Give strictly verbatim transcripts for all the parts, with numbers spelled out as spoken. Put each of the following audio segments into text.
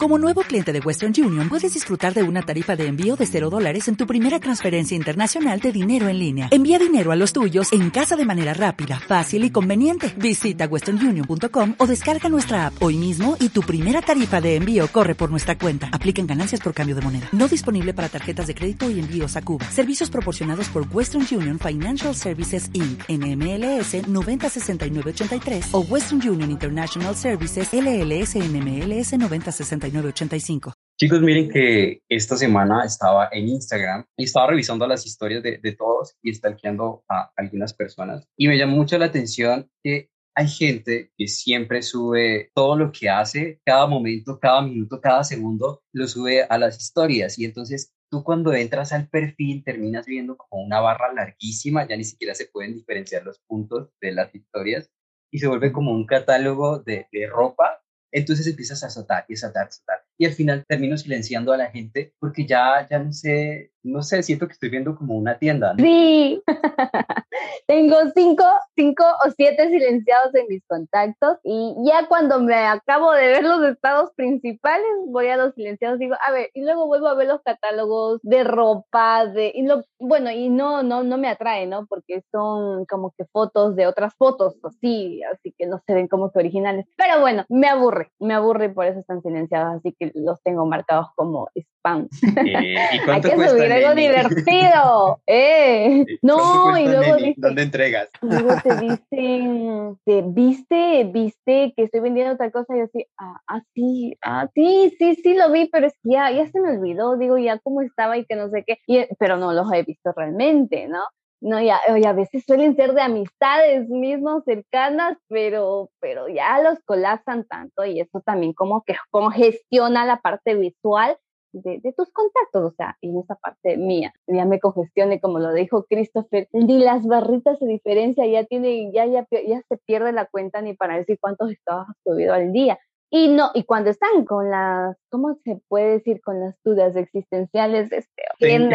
Como nuevo cliente de Western Union, puedes disfrutar de una tarifa de envío de cero dólares en tu primera transferencia internacional de dinero en línea. Envía dinero a los tuyos en casa de manera rápida, fácil y conveniente. Visita western union punto com o descarga nuestra app hoy mismo y tu primera tarifa de envío corre por nuestra cuenta. Aplican ganancias por cambio de moneda. No disponible para tarjetas de crédito y envíos a Cuba. Servicios proporcionados por Western Union Financial Services incorporated. N M L S noventa sesenta y nueve ochenta y tres o Western Union International Services L L S N M L S noventa sesenta y nueve ochenta y cinco. Chicos, miren que esta semana estaba en Instagram y estaba revisando las historias de, de todos y stalkeando a algunas personas. Y me llamó mucho la atención que hay gente que siempre sube todo lo que hace, cada momento, cada minuto, cada segundo, lo sube a las historias. Y entonces tú cuando entras al perfil terminas viendo como una barra larguísima, ya ni siquiera se pueden diferenciar los puntos de las historias y se vuelve como un catálogo de, de ropa. Entonces empiezas a azotar y azotar, azotar. Y al final termino silenciando a la gente porque ya, ya no sé, no sé, siento que estoy viendo como una tienda, ¿no? Sí, tengo cinco, cinco o siete silenciados en mis contactos y ya cuando me acabo de ver los estados principales, voy a los silenciados y digo, a ver, y luego vuelvo a ver los catálogos de ropa, de, y lo, bueno, y no, no, no me atrae, ¿no? Porque son como que fotos de otras fotos, así, así que no se ven como que originales. Pero bueno, me aburre, me aburre y por eso están silenciados, así que los tengo marcados como spam. Eh, ¿Y cuánto Hay que cuesta, subir algo Nelly? divertido, ¿eh? No, y luego Nelly? dice, ¿Dónde entregas? luego te dicen, te, ¿viste? ¿Viste que estoy vendiendo otra cosa? Y yo así, ah, ah, sí, ah, sí, sí, sí lo vi, pero es que ya, ya se me olvidó, digo, ya cómo estaba y que no sé qué, y, pero no los he visto realmente, ¿no? No, ya, y a veces suelen ser de amistades mismas cercanas, pero, pero ya los colapsan tanto y eso también como que congestiona la parte visual de, de tus contactos, o sea, en esa parte mía, ya me congestione, como lo dijo Christopher, ni las barritas de diferencia, ya tiene, ya, ya, ya se pierde la cuenta ni para decir cuántos estados has subido al día. Y no, y cuando están con las, ¿cómo se puede decir? Con las dudas existenciales, este, ofende.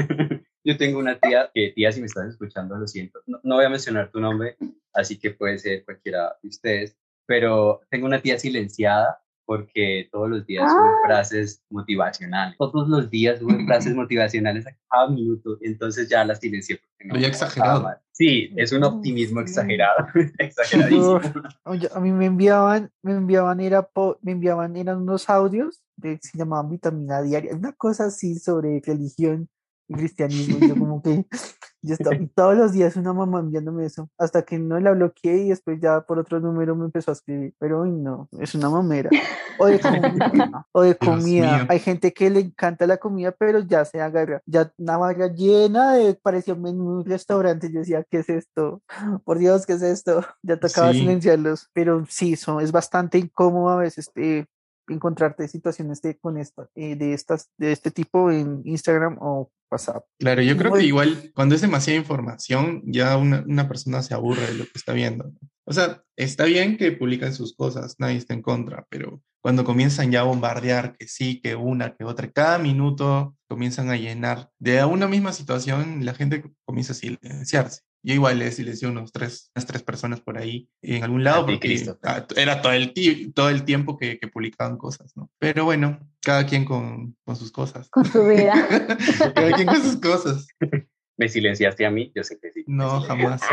Yo tengo una tía, que tía, si me estás escuchando, lo siento, no, no voy a mencionar tu nombre, así que puede ser cualquiera de ustedes, pero tengo una tía silenciada porque todos los días sube Ah. frases motivacionales, todos los días sube frases motivacionales a cada minuto, entonces ya las silencié porque no, Lo ya no exagerado. estaba mal. Sí, es un optimismo exagerado, exageradísimo. Oye, a mí me enviaban, me enviaban, era po- me enviaban, eran unos audios de, se llamaban Vitamina Diaria, una cosa así sobre religión y cristianismo, y yo como que, yo estaba, y todos los días una mamá enviándome eso, hasta que no la bloqueé y después ya por otro número me empezó a escribir, pero uy, no, es una mamera. O de comida, o de Dios comida. mío. Hay gente que le encanta la comida, pero ya se agarra, ya una barra llena de, parecía un menú de un restaurante, yo decía, ¿qué es esto? Por Dios, ¿qué es esto? Ya tocaba Sí. silenciarlos, pero sí, son, es bastante incómodo a veces eh, encontrarte situaciones de, con esta, eh, de, estas, de este tipo en Instagram o WhatsApp. Claro, yo creo que Bueno, igual cuando es demasiada información, ya una, una persona se aburre de lo que está viendo, ¿no? O sea, está bien que publican sus cosas, nadie está en contra, pero cuando comienzan ya a bombardear que sí, que una, que otra, cada minuto comienzan a llenar de una misma situación, la gente comienza a silenciarse. Yo igual le silencié unos tres, unas tres personas por ahí en algún lado A ti, porque Christopher. ah, era todo el, ti- todo el tiempo que, que publicaban cosas, ¿no? Pero bueno, cada quien con, con sus cosas. Con su vida. Cada quien con sus cosas. ¿Me silenciaste a mí? Yo sé que sí. me No, silenciaste.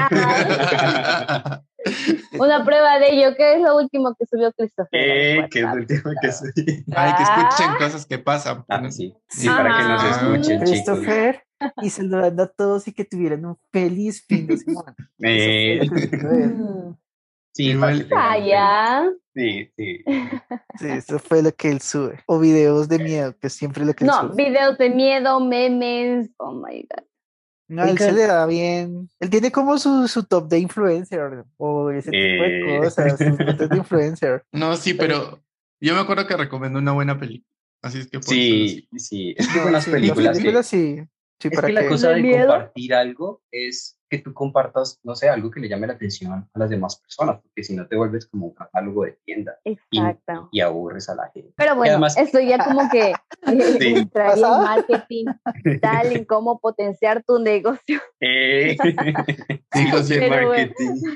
jamás. Una prueba de ello, ¿qué es lo último que subió Christopher? Eh, ¿Qué es lo último que soy? Ay, que escuchen Ah. cosas que pasan. Ah, ¿no? sí, sí, Sí. para que nos Ah. escuchen, chicos. Christopher, y saludando a todos y que tuvieran un feliz fin de semana. Eso fue Eh, lo que subió él. sí, para que Igual, tengan un feliz. Vaya. Sí, sí. Sí, eso fue lo que él sube. O videos de miedo, que es siempre lo que él No, sube. videos de miedo, memes. Oh my God. No, él se le da bien. Él tiene como su, su top de influencer o ese tipo de Eh, cosas, sus botes de influencer. no, sí, pero yo me acuerdo que recomendó una buena película. Así es que por eso lo sí, sigo. sí. Es que hay No, buenas sí, las películas que... películas sí. Sí, Es para que la que. cosa ¿De de miedo? compartir algo es que tú compartas, no sé, algo que le llame la atención a las demás personas, porque si no te vuelves como un catálogo de tienda y, Exacto. y aburres a la gente. Pero Y bueno, además, esto ya como que eh, Sí. entraría en ¿Pasa? marketing tal, en cómo potenciar tu negocio. eh, Sí, sí, José. Pero bueno. marketing.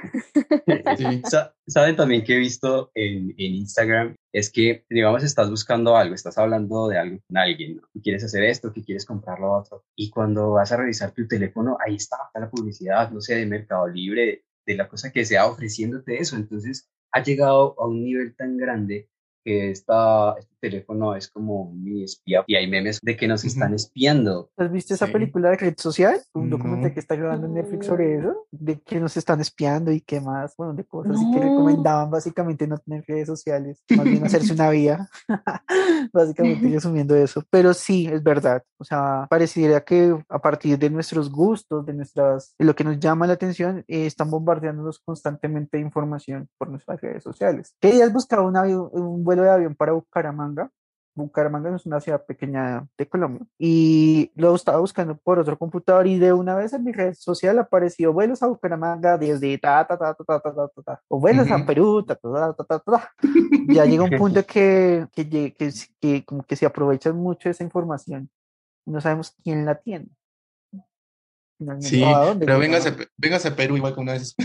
Sí. Sa- ¿Saben también que he visto en, en Instagram? Es que, digamos, estás buscando algo, estás hablando de algo con alguien, ¿no? Y quieres hacer esto, que quieres comprar lo otro. Y cuando vas a revisar tu teléfono, ahí está, está la publicidad, no sé, de Mercado Libre, de la cosa que sea ofreciéndote eso. Entonces, ha llegado a un nivel tan grande que esta, este teléfono es como un mini espía y hay memes de que nos están Ujú. espiando. ¿Has visto esa Sí. película de Red Social? Un documental No. que está grabando en Netflix sobre eso, de que nos están espiando y qué más, bueno, de cosas, y que No. recomendaban básicamente no tener redes sociales, más bien hacerse una vida, básicamente resumiendo eso. Pero sí, es verdad, o sea, pareciera que a partir de nuestros gustos, de nuestras, de lo que nos llama la atención, eh, están bombardeándonos constantemente de información por nuestras redes sociales. ¿Qué días buscaba un, avión- un vuelo de avión para Bucaramanga? Bucaramanga es una ciudad pequeña de Colombia y lo estaba buscando por otro computador y de una vez en mi red social apareció vuelos a Bucaramanga desde ta ta ta ta ta ta ta ta, ta, o vuelos a Ujú. Perú ta ta ta ta ta, ta, ta. Ya llega un punto que, que, llegue- que, s- que como que se aprovechan mucho de esa información y no sabemos quién la tiene finalmente o Sí, a dónde pero llega, véngase, ¿no? a Pe- véngase a Perú igual que una vez.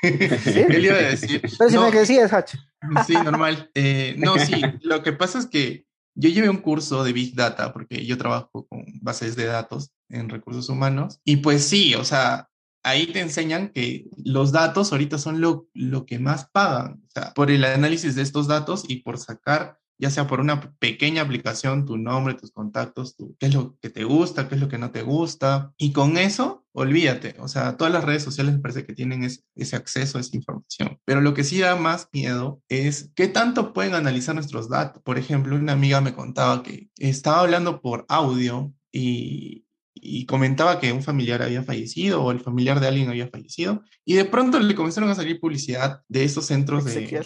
Sí, ¿Qué le iba a decir? pero si me No, decías, Hacha. sí, normal. Eh, no, sí, lo que pasa es que yo llevé un curso de Big Data porque yo trabajo con bases de datos en recursos humanos y pues sí, o sea, ahí te enseñan que los datos ahorita son lo, lo que más pagan, o sea, por el análisis de estos datos y por sacar, ya sea por una pequeña aplicación, tu nombre, tus contactos, tu- qué es lo que te gusta, qué es lo que no te gusta. Y con eso, olvídate, o sea, todas las redes sociales me parece que tienen ese, ese acceso a esa información. Pero lo que sí da más miedo es qué tanto pueden analizar nuestros datos. Por ejemplo, una amiga me contaba que estaba hablando por audio y, y comentaba que un familiar había fallecido o el familiar de alguien había fallecido y de pronto le comenzaron a salir publicidad de estos centros Exequiel. de...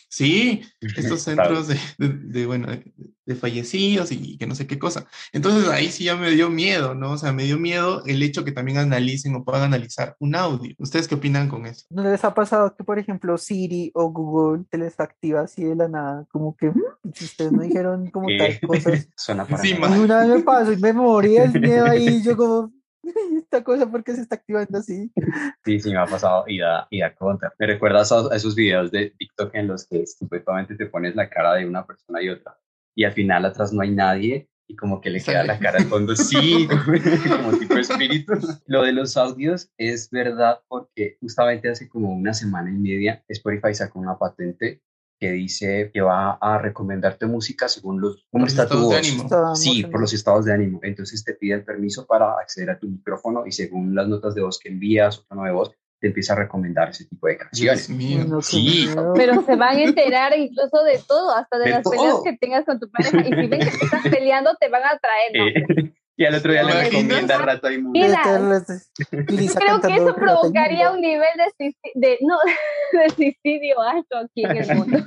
Sí, estos Total. centros de, de, de, bueno, de, de fallecidos y que no sé qué cosa. Entonces ahí sí ya me dio miedo, ¿no? O sea, me dio miedo el hecho que también analicen o puedan analizar un audio. ¿Ustedes qué opinan con eso? ¿No les ha pasado que, por ejemplo, Siri o Google te les activa así de la nada? Como que, "Mm, si ustedes no dijeron como tal Eh, cosas". suena Encima. A mí paranormal. una vez me pasó y me moría el miedo ahí, yo como, esta cosa, ¿por qué se está activando así? Sí, sí, me ha pasado y da, y da contra. ¿Me recuerdas a, a esos videos de TikTok en los que supuestamente te pones la cara de una persona y otra y al final atrás no hay nadie y como que Y le queda sale. la cara al fondo? Sí, como, como tipo espíritu. Lo de los audios es verdad porque justamente hace como una semana y media Spotify sacó una patente que dice que va a recomendarte música según los, cómo Por los está tu estados de voz. ánimo. Estaba Sí, por los emocionado. estados de ánimo. Entonces te pide el permiso para acceder a tu micrófono y según las notas de voz que envías o tono de voz, te empieza a recomendar ese tipo de Dios canciones. Uy, mío. no, qué Sí, miedo. Pero se van a enterar incluso de todo, hasta de de las peleas todo. que tengas con tu pareja. Y si ven que te estás peleando, te van a traer, no, Eh, y al otro ¿Te día le no, de recomienda imaginas? verdad. Rato Inmunda. Vete a Mira, las- yo Yulisa creo que cantando eso Rata provocaría Inmunda. un nivel de, suici- de, no, de suicidio alto aquí en el mundo.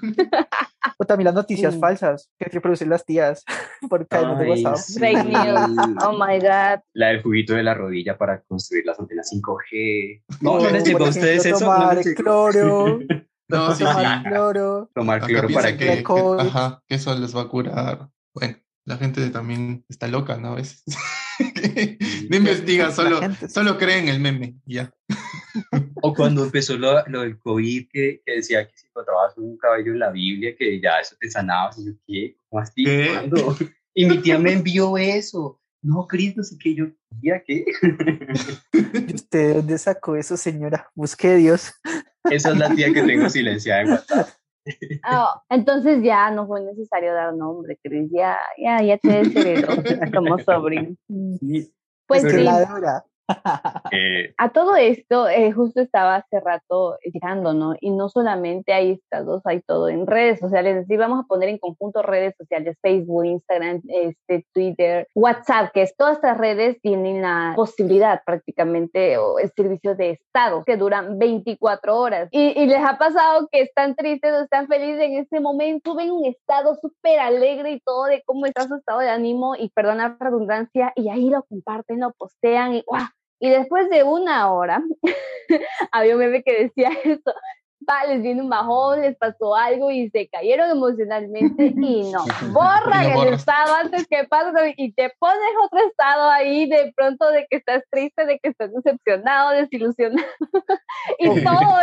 O también las noticias Mm, falsas que reproducen las tías por cadenas de Ay, WhatsApp. Fake news. sí. Oh my God. La del juguito de la rodilla para construir las antenas cinco G. No, no les O, por llegó a ustedes ejemplo, eso, no tomar les llegó. cloro, No, sí, tomar sí. cloro Tomar Acá cloro piensan para contra el qué. que, que, COVID. ajá, que eso les va a curar. Bueno, la gente también está loca, ¿no? A veces. No Sí. investiga, La solo, gente sí. solo cree en el meme, y ya. O cuando empezó lo, lo del COVID, que, que decía que si encontrabas un cabello en la Biblia, que ya eso te sanaba. Y yo, ¿qué? ¿Cómo así? ¿Qué? ¿Cuándo? Y mi tía me envió eso. No, Cris, no sé qué. Yo, ¿tía qué? ¿Y usted de dónde sacó eso, señora? Busque a Dios. Esa es la tía que tengo silenciada en WhatsApp. Ah, entonces ya no fue necesario dar nombre, Cris. Ya, ya, ya te desheredó como sobrino. Sí, Es Pues que pero sí, la adora. eh, a todo esto, eh, justo estaba hace rato llegando, ¿no? Y no solamente hay estados, hay todo en redes sociales. Es decir, vamos a poner en conjunto redes sociales, Facebook, Instagram, este, Twitter, WhatsApp, que es, todas estas redes tienen la posibilidad prácticamente o el servicio de estado que duran veinticuatro horas. Y, y les ha pasado que están tristes o están felices en ese momento, ven un estado súper alegre y todo de cómo está su estado de ánimo y perdón la redundancia, y ahí lo comparten, lo postean y ¡guau! Y después de una hora, había un meme que decía esto, va, les viene un bajón, les pasó algo y se cayeron emocionalmente y no, Y borran lo el borras. estado antes que pase y te pones otro estado ahí de pronto de que estás triste, de que estás decepcionado, desilusionado y todo eso.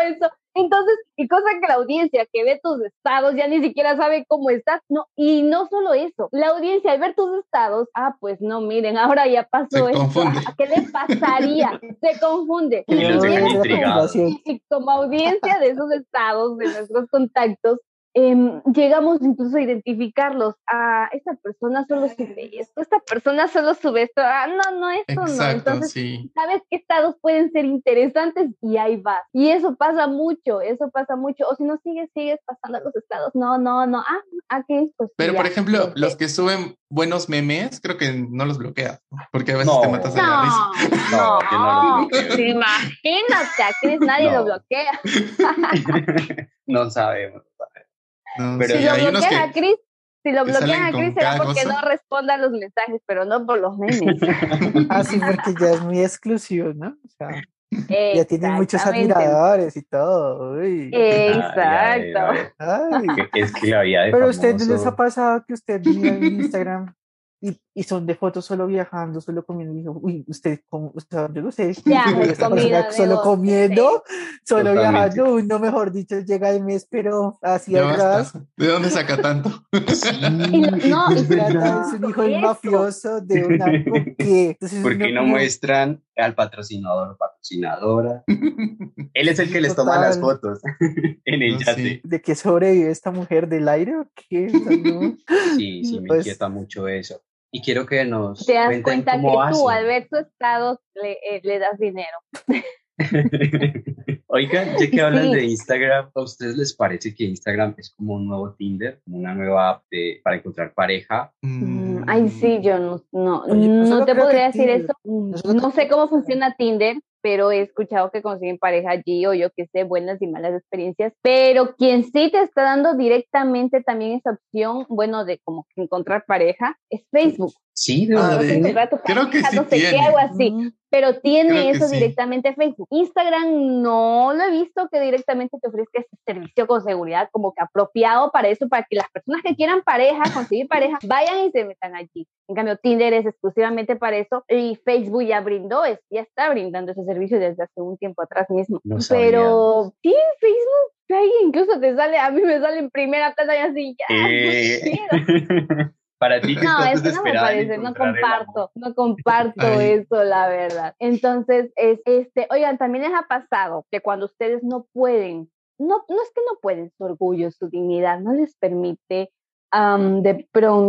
Entonces, y cosa que la audiencia que ve tus estados ya ni siquiera sabe cómo estás, no, y no solo eso, la audiencia al ver tus estados, ah, pues no, miren, ahora ya pasó Se esto, confunde. ¿a qué le pasaría? Se confunde. Y los dejan Y- intrigados. y, y como audiencia de esos estados, de nuestros contactos, em, llegamos incluso a identificarlos. Ah, esta persona solo sube esto, esta persona solo sube esto, ah, no, no, esto no. Exacto, Entonces, sí. sabes qué estados pueden ser interesantes y ahí vas. Y eso pasa mucho, eso pasa mucho. O si no sigues, sigues pasando los estados. No, no, no. Ah, aquí, pues Pero, ya, por ejemplo, lo los sé. que suben buenos memes, creo que no los bloqueas, ¿no? Porque a veces No. te matas de la risa. No, No, yo no los bloqueo. imagínate, a Chris nadie No. lo bloquea. No sabemos. No, Pero Si sí, lo hay unos bloquean a que, Chris, si lo que bloquean salen a Chris con será cada porque cosa. no responda a los mensajes, pero no por los memes. Ah, sí, porque ya es muy exclusivo, ¿no? O sea, ya tiene muchos Exactamente. admiradores y todo. Uy. Ah, ya veo, Exacto. ya veo. Ay. Que- Es que la vida de Pero a ustedes no les ha famoso. pasado que usted mira en Instagram y, y son de fotos solo viajando, solo comiendo. Y digo, uy, usted, como, o sea, yo no sé, Viajes, esta comida, persona solo negocio, comiendo, solo Totalmente. viajando, uno mejor dicho, llega el mes, pero así Ya al ras. basta. ¿De dónde saca tanto? Y lo- no, y Es sobre verdad, todo es un hijo del eso. mafioso de un narco que. Entonces ¿Por uno qué no como, muestran al patrocinador o patrocinadora? Él es el sí, que les toma las total. fotos en el No, yate. sí. ¿De qué sobrevive esta mujer del aire o qué? O sea, no. Sí, sí, me Pues, inquieta mucho eso. Y quiero que nos Te das cuenten cuenta que cómo tú al hacen. ver su estado le, eh, le das dinero. Oigan, ya que hablan Sí. de Instagram, ¿a ustedes les parece que Instagram es como un nuevo Tinder, como una nueva app de- para encontrar pareja? Mm, Ay, sí, yo no, no, Oye, no no solo te creo que podría decir Tinder, eso. Mm, no solo No creo sé que cómo Instagram. funciona Tinder, pero he escuchado que consiguen pareja allí o yo que sé, buenas y malas experiencias. Pero quien sí te está dando directamente también esa opción, bueno, de como que encontrar pareja, es Facebook. Sí, de Ah, verdad Vas a de- tiene. encontrar tu creo que pareja, sí no sé qué, tiene. algo así. Mm, Pero tiene Creo que eso sí. directamente Facebook. Instagram no lo he visto que directamente te ofrezca ese servicio con seguridad como que apropiado para eso, para que las personas que quieran pareja, conseguir pareja, vayan y se metan allí. En cambio, Tinder es exclusivamente para eso y Facebook ya brindó, es, ya está brindando ese servicio desde hace un tiempo atrás mismo. No sabía. Pero sí, Facebook, ahí incluso te sale, a mí me sale en primera plana y así, ya, Eh, quiero. Para ti que No, estás es que no me desesperada en parece, no encontrar el amor. comparto, no comparto Ay. eso, la verdad. Entonces, es, este, oigan, también les ha pasado que cuando ustedes no pueden, no, no es que no pueden, su orgullo, su dignidad, no les permite am, de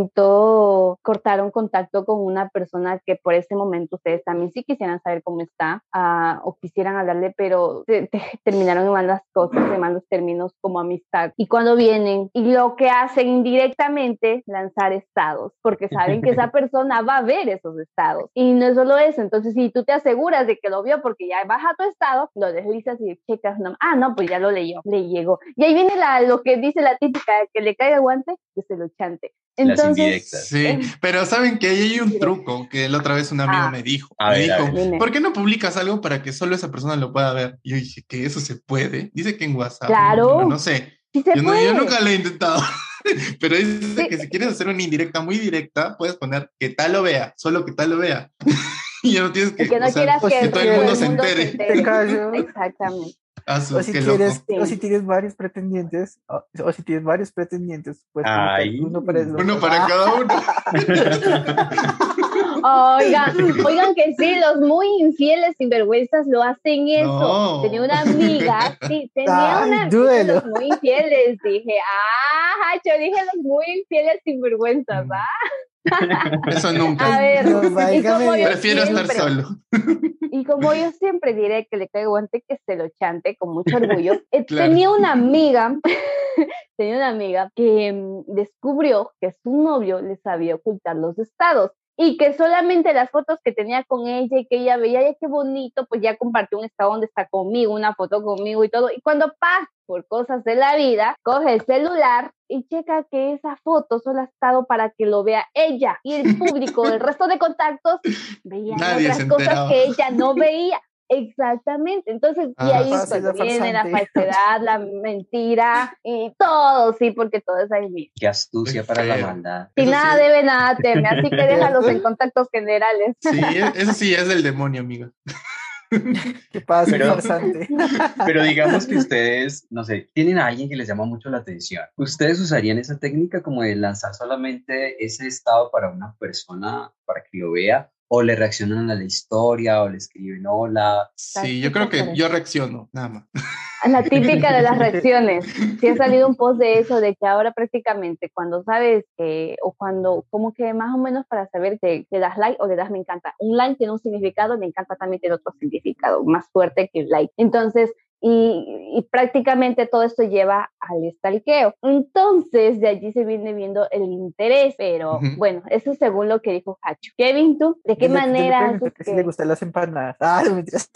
pronto cortar un contacto con una persona que por ese momento ustedes también sí quisieran saber cómo está, ah, o quisieran hablarle, pero te- te- terminaron en malas cosas, en malos términos como amistad. Y cuando vienen y lo que hacen indirectamente, lanzar estados, porque saben que esa persona va a ver esos estados. Y no es solo eso, entonces si tú te aseguras de que lo vio porque ya baja tu estado, lo deslizas y checas, no, ah, no, pues ya lo leyó, le llegó. Y ahí viene la, lo que dice la típica, que le caiga el guante, que se lo chante. Las Entonces, indirectas. Sí, eh, pero saben que ahí hay un Directo. truco que la otra vez un amigo Ah. me dijo. A Me ver, a dijo, ver. dime. ¿por qué no publicas algo para que solo esa persona lo pueda ver? Y yo dije que eso se puede. Dice que en WhatsApp. Claro. Pero no sé. Sí se Yo, no- puede. yo nunca lo he intentado. Pero dice Sí. que si quieres hacer una indirecta muy directa, puedes poner que tal lo vea, solo que tal lo vea. Y ya no tienes que, Y que no o sea, quieras o que, si que todo el todo mundo el se mundo se entere. entere. Te callo. Exactamente. Ah, su, O si qué quieres, loco. Sí. o si tienes varios pretendientes, o, o si tienes varios pretendientes, puedes colocar Ay. uno para el Uno otro. para Ah, cada uno. Oigan, oigan que sí, los muy infieles sinvergüenzas lo hacen eso. No. Tenía una amiga, sí, tenía Ay, una amiga, duelo. los muy infieles, dije, ah, yo dije los muy infieles sinvergüenzas, ¿ah? Eso nunca. A ver, no, y válgame como yo Dios. Prefiero estar siempre, solo. y como yo siempre diré que le caiga guante, que se lo chante con mucho orgullo, eh, Claro. tenía una amiga, tenía una amiga que mm, descubrió que su novio le sabía ocultar los estados y que solamente las fotos que tenía con ella y que ella veía, ay, qué bonito, pues ya compartió un estado donde está conmigo, una foto conmigo y todo. Y cuando pasa por cosas de la vida, coge el celular y checa que esa foto solo ha estado para que lo vea ella y el público, el resto de contactos, veían Nadie otras se cosas enteraba. que ella no veía. Exactamente, entonces, y Ah, ahí es fácil, cuando la viene la farsante. falsedad, la mentira y todo, sí, porque todo es ahí mismo. Qué astucia Qué para la feo. maldad. Si Eso nada sí, debe, nada teme, así que déjalos en ¿Cierto? contactos generales. sí, eso sí es del demonio, amiga. ¿Qué pasa, Pero, farsante? pero digamos que ustedes, no sé, tienen a alguien que les llama mucho la atención. ¿Ustedes usarían esa técnica como de lanzar solamente ese estado para una persona para que lo vea? ¿O le reaccionan a la historia o le escriben hola? Sí, yo creo Táctica que para yo reacciono, nada más. la típica de las reacciones. Si ha salido un post de eso, de que ahora prácticamente cuando sabes que, o cuando, como que más o menos para saber que le das like o le das me encanta. Un like tiene un significado, me encanta también tiene otro significado, más fuerte que el like. Entonces, y, y prácticamente todo esto lleva al stalkeo. Entonces, de allí se viene viendo el interés, pero Ujú. bueno, eso según lo que dijo Hacho. Kevin, ¿tú de qué Yo le, yo le manera pregunto haces que si le que... gustan las empanadas. Ah, no mentiras.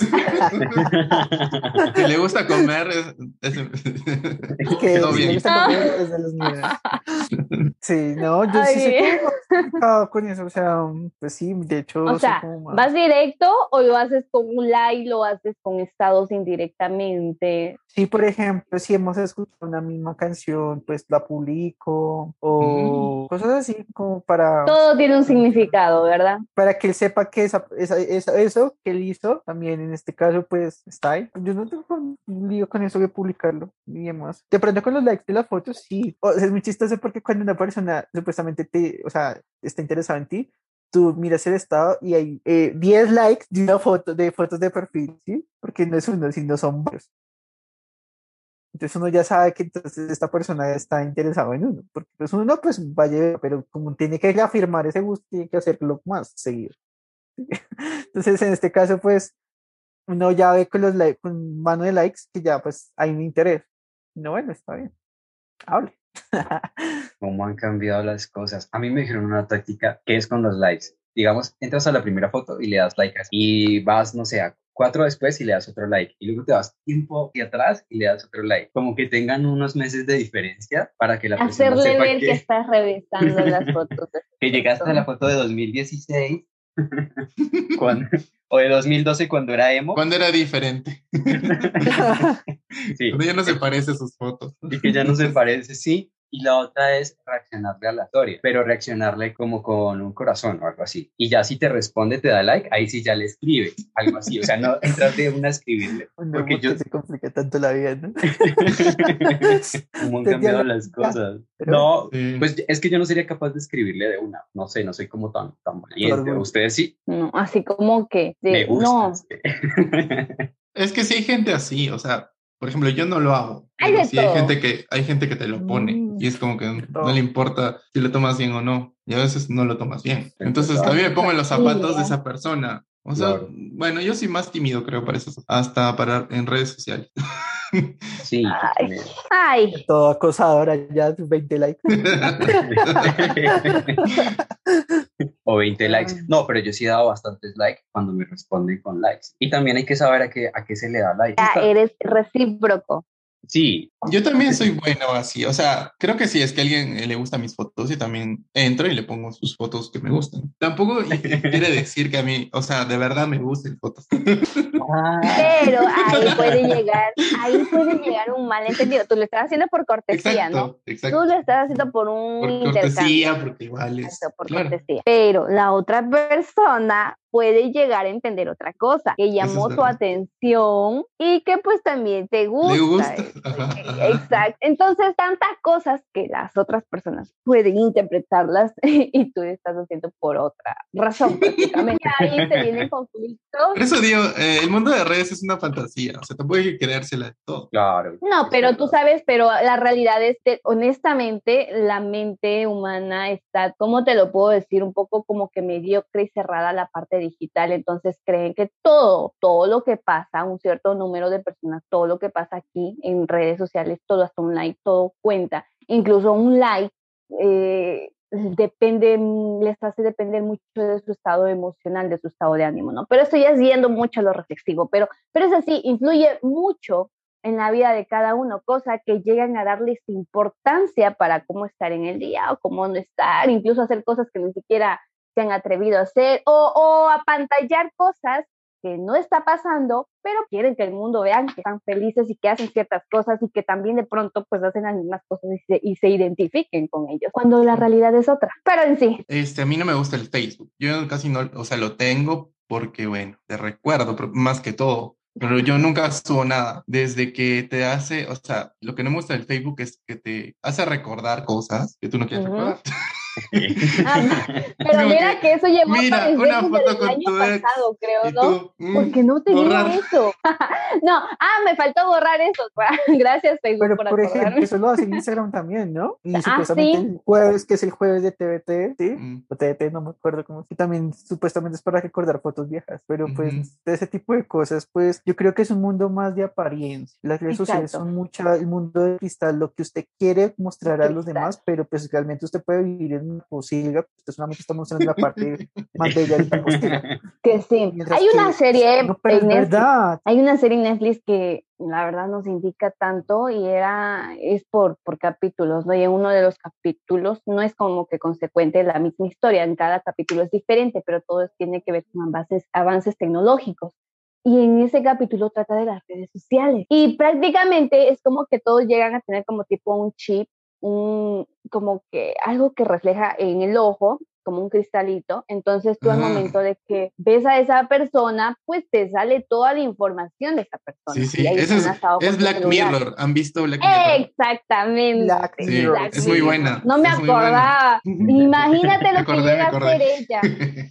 Si le gusta comer, es, es- Es que todo si le bien. gusta comer, es de los míos. Sí, no, yo sí soy Ay, como más complicado con eso, o sea, pues sí, de o hecho soy sea, como ¿vas más. directo o lo haces con un like, lo haces con estados indirectamente? Sí, por ejemplo, si hemos escuchado una misma canción, pues la publico Mm. o cosas así como para, Todo tiene un significado, ¿verdad? para que él sepa que esa, esa- esa- eso que él hizo, también en este caso, pues está ahí. Yo no tengo un lío con eso de publicarlo, ni demás. De pronto con los likes de las fotos, sí. O sea, es muy chistoso porque cuando una persona supuestamente te, o sea, está interesada en ti, tú miras el estado y hay eh, diez likes de una foto, de fotos de perfil, ¿sí? Porque no es uno, sino son varios. Entonces uno ya sabe que entonces esta persona está interesada en uno, porque pues uno pues vaya, pero como tiene que reafirmar ese gusto, tiene que hacerlo más seguido. Entonces en este caso pues uno ya ve con los likes, con mano de likes que ya pues hay un interés. No, bueno, está bien, hable. ¿Cómo han cambiado las cosas? A mí me dijeron una táctica que es con los likes. Digamos, entras a la primera foto y le das like así, y vas, no sé, a cuatro después y le das otro like. Y luego te vas tiempo y atrás y le das otro like. Como que tengan unos meses de diferencia para que la persona Hacerle sepa ver que que, estás revisando las fotos de que llegaste a la foto. foto de dos mil dieciséis cuando, o de dos mil doce cuando era emo. Cuando era diferente. Sí, Cuando ya no se eh, parece a sus fotos. y que ya no se parece, sí. Y la otra es reaccionarle a la historia, pero reaccionarle como con un corazón o algo así. Y ya si te responde, te da like, ahí sí ya le escribes, algo así. O sea, no entras de una a escribirle, No, porque ¿por yo... qué se complica tanto la vida, no? ¿Cómo han Usted ya cambiado la las ya, cosas? pero bueno, No, Sí. pues es que yo no sería capaz de escribirle de una. No sé, no soy como tan, tan tu valiente. orgullo. Ustedes sí, No, así como que, me de, no, gustas. Es que sí hay gente así, o sea, por ejemplo, yo no lo hago, hay pero de sí hay todo. gente que, hay gente que te lo pone Mm, y es como que de no le todo. importa si lo tomas bien o no, y a veces no lo tomas bien. Es Entonces verdad, también me pongo en los zapatos de Familia. esa persona. O sea, claro. bueno, yo soy más tímido, creo, para eso, hasta para en redes sociales. Sí, yo Ay, también. De ay, todo acosadora, ya tus veinte likes. O veinte likes. Ah, No, pero yo sí he dado bastantes likes cuando me responden con likes. Y también hay que saber a qué, a qué se le da like. ya Está- eres recíproco. Sí, Yo también soy bueno así, o sea, creo que si es que a alguien eh, le gustan mis fotos y también entro y le pongo sus fotos que me gustan. Tampoco y- y quiere decir que a mí, o sea, de verdad me gusten fotos. ah, Pero ahí puede llegar, ahí puede llegar un malentendido. Tú lo estás haciendo por cortesía, ¿no? Exacto, Tú exacto. lo estás haciendo por un Por intercambio. cortesía, porque igual Exacto, es, por claro, cortesía. Pero la otra persona puede llegar a entender otra cosa, que eso es llamó tu verdad. atención y que pues también te Le gusta. gusta. eh, Ajá, ajá. Exacto. Entonces, tantas cosas que las otras personas pueden interpretarlas y tú estás haciendo por otra razón prácticamente. Y ahí se vienen conflictos. Por eso digo, eh, el mundo de redes es una fantasía, o sea, tampoco hay que creérsela de todo. claro, No, es pero tú verdad. sabes, pero la realidad es que honestamente la mente humana está, ¿cómo te lo puedo decir? Un poco como que mediocre y cerrada la parte digital, entonces creen que todo, todo lo que pasa, un cierto número de personas, todo lo que pasa aquí en redes sociales, todo hasta un like, todo cuenta, incluso un like eh, depende, les hace depender mucho de su estado emocional, de su estado de ánimo, ¿no? Pero esto ya es yendo mucho a lo reflexivo, pero, pero es así, influye mucho en la vida de cada uno, cosa que llegan a darles importancia para cómo estar en el día o cómo no estar, incluso hacer cosas que ni siquiera se han atrevido a hacer o, o apantallar cosas que no está pasando, pero quieren que el mundo vean que están felices y que hacen ciertas cosas y que también de pronto pues hacen las mismas cosas y se, y se identifiquen con ellos, cuando la realidad es otra. Pero en sí, Este, a mí no me gusta el Facebook. Yo casi no, o sea, lo tengo porque, bueno, te recuerdo, pero más que todo, pero yo nunca subo nada. Desde que te hace, o sea, lo que no me gusta del Facebook es que te hace recordar cosas que tú no quieres Ujú. recordar. Ah, Es pero como mira que, que eso llevó a mira, aparecer una desde foto el con año tu ex pasado, creo, y ¿no? tú, mm, Porque no tenía borrar. eso. No, ah, me faltó borrar eso. Gracias, Facebook, Pero, por por ejemplo, acordarme. eso lo hace en Instagram también, ¿no? Y Ah, supuestamente sí. el jueves, que es el jueves de T V T, ¿sí? Mm, O T V T, no me acuerdo cómo, que también supuestamente es para recordar fotos viejas, pero pues ujú. de ese tipo de cosas, pues yo creo que es un mundo más de apariencia. Las redes sociales Exacto. son mucha, el mundo de cristal, lo que usted quiere mostrar a los Cristal. demás, pero pues realmente usted puede vivir en una pocilga, usted solamente está mostrando la parte más bella de la pocilga. Que sí. Mientras Hay una que, serie no, pero en es Netflix. verdad. Hay una serie en Netflix que la verdad nos indica tanto y era, es por, por capítulos, ¿no? Y en uno de los capítulos no es como que consecuente la misma historia, en cada capítulo es diferente, pero todo es- tiene que ver con avances, avances tecnológicos. Y en ese capítulo trata de las redes sociales. Y prácticamente es como que todos llegan a tener como tipo un chip, un, como que algo que refleja en el ojo, como un cristalito. Entonces tú al momento Ah, de que ves a esa persona, pues te sale toda la información de esa sí, persona y sí, ahí está eso es, enlazado con es tu Black celular. Mirror. ¿Han visto Black Mirror? Exactamente, Black Sí, Mirror, Black es muy sí. Mirror. buena, No me es muy buena. acordaba. Imagínate Me lo que acordé, me llega a acordé. hacer ella.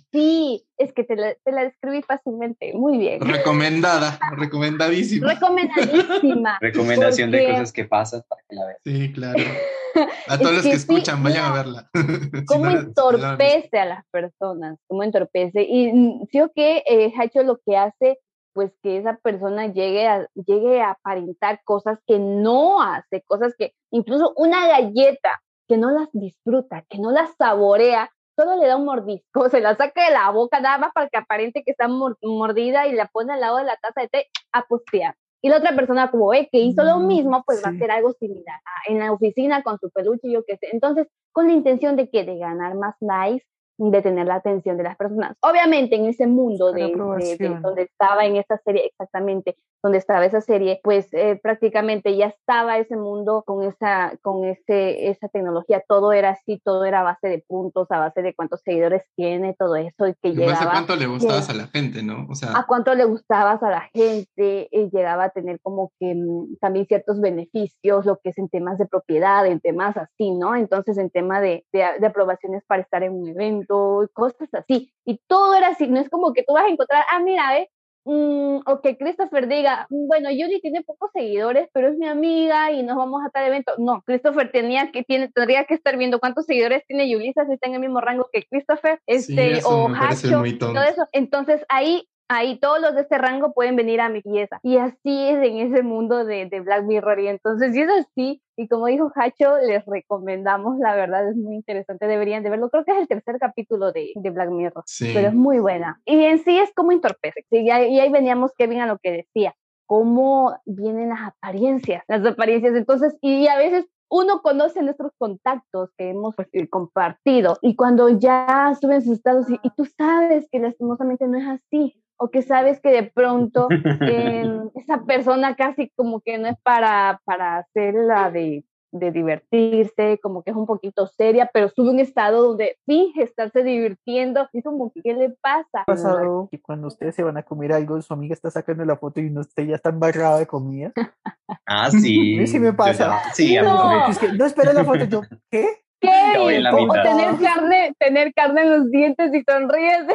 Sí, es que te la, te la describí fácilmente. Muy bien. Recomendada, recomendadísima. Recomendadísima. Recomendación de Porque cosas que pasan para que la vean. Sí, claro. A todos es los que que sí, escuchan, vayan a mira, verla. Si no cómo la, si no la han visto. entorpece a las personas, cómo entorpece. Y mm, sí o que eh, Hacho lo que hace, pues que esa persona llegue a, llegue a aparentar cosas que no hace, cosas que, incluso una galleta, que no las disfruta, que no las saborea, solo le da un mordisco, se la saca de la boca nada más para que aparente que está mor- mordida y la pone al lado de la taza de té a postear. Y la otra persona como ve que hizo lo Mm, mismo, pues va a sí. hacer algo similar ah, en la oficina con su peluche, yo qué sé. Entonces, con la intención de que de ganar más likes, de tener la atención de las personas. Obviamente en ese mundo Buscar de, de, de aprobación. donde estaba en esa serie, exactamente, donde estaba esa serie, pues eh, prácticamente ya estaba ese mundo con esa, con ese, esa tecnología, todo era así, todo era a base de puntos, a base de cuántos seguidores tiene, todo eso, y que En base a llegaba, cuánto le gustabas llega, a la gente, ¿no? O a sea, cuánto le gustabas a la gente, eh, llegaba a tener como que mm, también ciertos beneficios, lo que es en temas de propiedad, en temas así, ¿no? Entonces en tema de, de, de aprobaciones para estar en un evento, cosas así. Y todo era así, no es como que tú vas a encontrar, ah, mira, eh, mm, o que Christopher diga, "Mm, bueno, Yuri tiene pocos seguidores, pero es mi amiga y nos vamos a tal evento". No, Christopher tenía que, tiene, tendría que estar viendo cuántos seguidores tiene Yulisa, si está en el mismo rango que Christopher, sí, este, eso o me parece Hacho, muy y todo tonto. eso. Entonces ahí ahí todos los de este rango pueden venir a mi pieza. Y así es en ese mundo de, de Black Mirror. Y entonces, y es así, y como dijo Hacho, les recomendamos, la verdad, es muy interesante, deberían de verlo. Creo que es el tercer capítulo de, de Black Mirror, pero es Sí. muy buena. Y en sí es como entorpece. Sí, y, ahí, y ahí veníamos, Kevin, a lo que decía, cómo vienen las apariencias, las apariencias. Entonces, y a veces uno conoce nuestros contactos que hemos pues, compartido y cuando ya suben sus estados y, y tú sabes que lastimosamente no es así o que sabes que de pronto eh, esa persona casi como que no es para, para hacerla de, de divertirse, como que es un poquito seria, pero sube un estado donde finge estarse divirtiendo y como que, ¿qué le pasa? Pasado que cuando ustedes se van a comer algo, su amiga está sacando la foto y no, usted ya está embarrado de comida. Ah, A mí sí sí, me yo pasa. ya, sí, a mí Como No, que también. es que, no espera la foto, yo, ¿qué? Ya voy Kevin, en ¿Qué la o mitad. tener puta? carne, tener carne en los dientes y sonríes.